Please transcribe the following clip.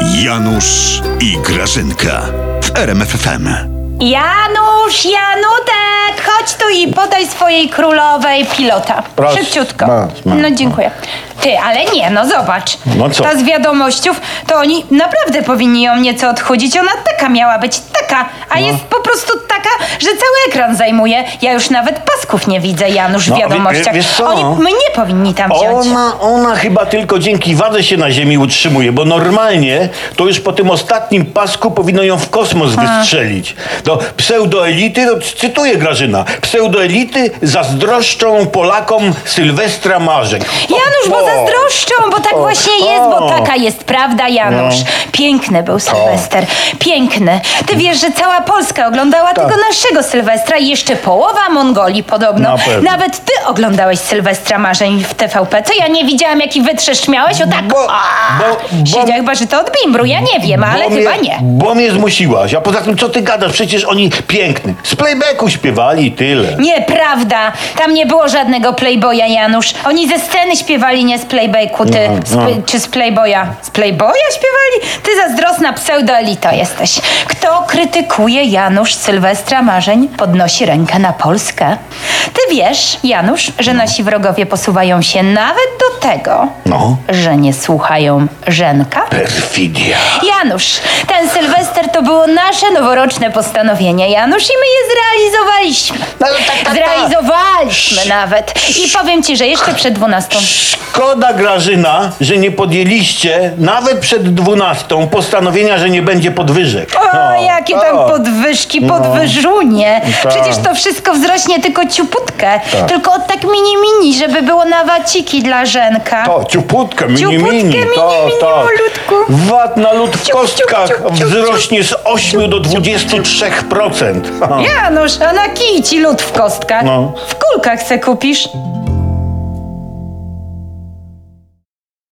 Janusz i Grażynka w RMF FM. Janusz, Janutek, chodź tu i podaj swojej królowej pilota. Proszę. Szybciutko. Masz. No dziękuję. Ty, ale nie, no zobacz. No co? Ta z wiadomościów, to oni naprawdę powinni ją nieco odchudzić. Ona taka miała być, taka, a jest po prostu taka, że cały ekran zajmuje. Ja już nawet pasków nie widzę, Janusz, w No, wiadomościach. wiesz co? Oni mnie powinni tam wziąć. Ona chyba tylko dzięki wadze się na ziemi utrzymuje, bo normalnie to już po tym ostatnim pasku powinno ją w kosmos wystrzelić. Do pseudoelity, cytuję Grażyna, pseudoelity zazdroszczą Polakom Sylwestra marzeń. Janusz, bo zazdroszczą, bo tak właśnie jest, bo taka jest prawda, Janusz. Piękny był Sylwester, piękny. Ty wiesz, że cała Polska oglądała tego naszego Sylwestra i jeszcze połowa Mongolii podobno. Na pewno. Nawet ty oglądałeś Sylwestra marzeń w TVP. Co, ja nie widziałam, jaki wytrzeszcz miałeś? O tak, siedział chyba, że to od bimbru, ja nie wiem, ale chyba nie. Bo mnie zmusiłaś, a poza tym co ty gadasz? Przecież oni piękny. Z playbacku śpiewali i tyle. Nieprawda. Tam nie było żadnego playboya, Janusz. Oni ze sceny śpiewali, nie z playbacku. Ty, czy z playboya? Z playboya śpiewali? Ty zazdrosna pseudoelito jesteś. Kto krytykuje, Janusz, Sylwestra marzeń, podnosi rękę na Polskę. Ty wiesz, Janusz, że nasi wrogowie posuwają się nawet do tego, że nie słuchają Żenka? Perfidia. Janusz, ten Sylwester to było nasze noworoczne postanowienie, Janusz, i my je zrealizowaliśmy. Zrealizowaliśmy nawet. I powiem ci, że jeszcze przed 12. Szkoda, Grażyna, że nie podjęliście nawet przed 12 postanowienia, że nie będzie podwyżek. O, jakie tam podwyżki, podwyżunie. Tak. Przecież to wszystko wzrośnie tylko ciuputkę. Tylko od tak mini, żeby było na waciki dla Żenka. To, ciuputkę, Ciuputkę, mini, malutku. VAT na lód w Ciup, kostkach ciup, ciup, ciup, wzrośnie z 8 do 23%. Janusz, a na kij ci lód w kostkach. No. W kulkach se kupisz.